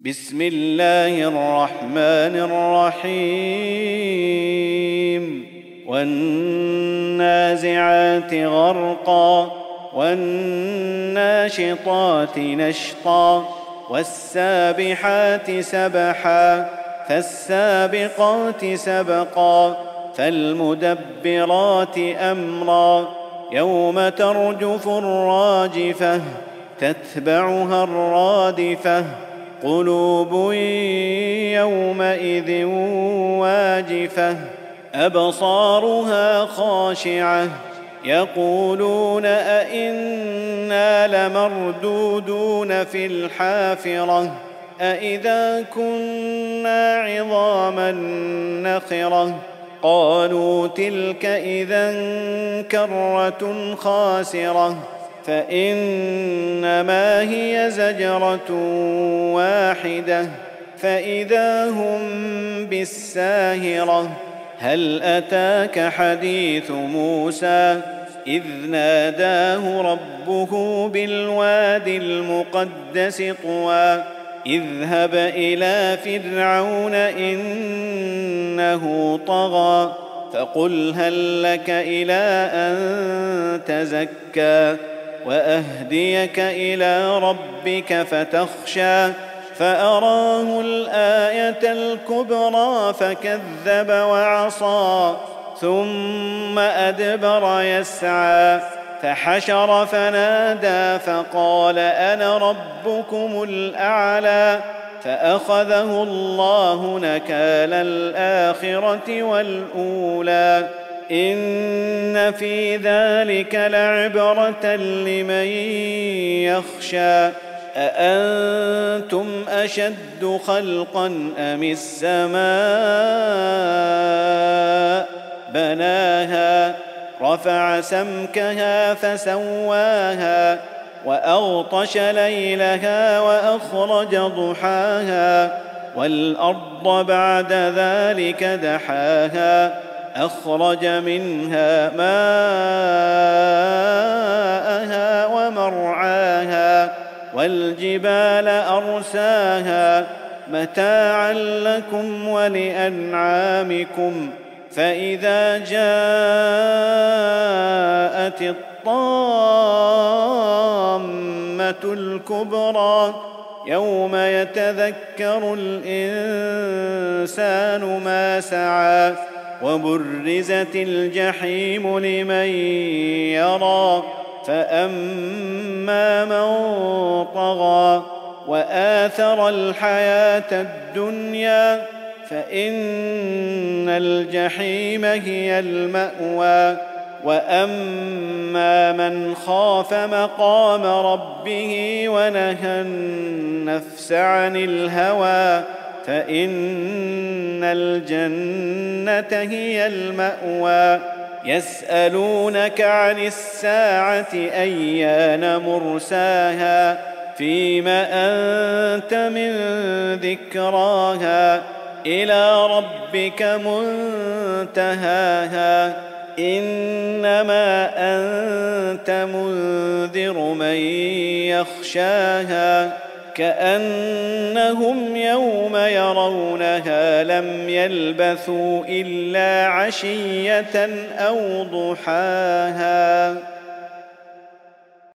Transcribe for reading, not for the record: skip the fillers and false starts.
بسم الله الرحمن الرحيم والنازعات غرقا والناشطات نشطا والسابحات سبحا فالسابقات سبقا فالمدبرات أمرا يوم ترجف الراجفة تتبعها الرادفة قلوب يومئذ واجفة أبصارها خاشعة يقولون أئنا لمردودون في الحافرة أئذا كنا عظاما نخرة قالوا تلك إذا كرة خاسرة فإنما هي زجرة واحدة فإذا هم بالساهرة هل أتاك حديث موسى إذ ناداه ربه بالوادي المقدس طوى اذهب إلى فرعون إنه طغى فقل هل لك إلى أن تزكى وأهديك إلى ربك فتخشى فأراه الآية الكبرى فكذب وعصى ثم أدبر يسعى فحشر فنادى فقال أنا ربكم الأعلى فأخذه الله نكال الآخرة والأولى إن في ذلك لعبرة لمن يخشى أأنتم أشد خلقا أم السماء بناها رفع سمكها فسواها وأغطش ليلها وأخرج ضحاها والأرض بعد ذلك دحاها أخرج منها ماءها ومرعاها والجبال أرساها متاعا لكم ولأنعامكم فإذا جاءت الطامة الكبرى يوم يتذكر الإنسان ما سعى وبرزت الجحيم لمن يرى فأما من طغى وآثر الحياة الدنيا فإن الجحيم هي المأوى وأما من خاف مقام ربه ونهى النفس عن الهوى فإن الجنة هي المأوى يسألونك عن الساعة أيان مرساها فيم أنت من ذكراها إلى ربك منتهاها إنما أنت منذر من يخشاها كأنهم يوم يرونها لم يلبثوا إلا عشية أو ضحاها.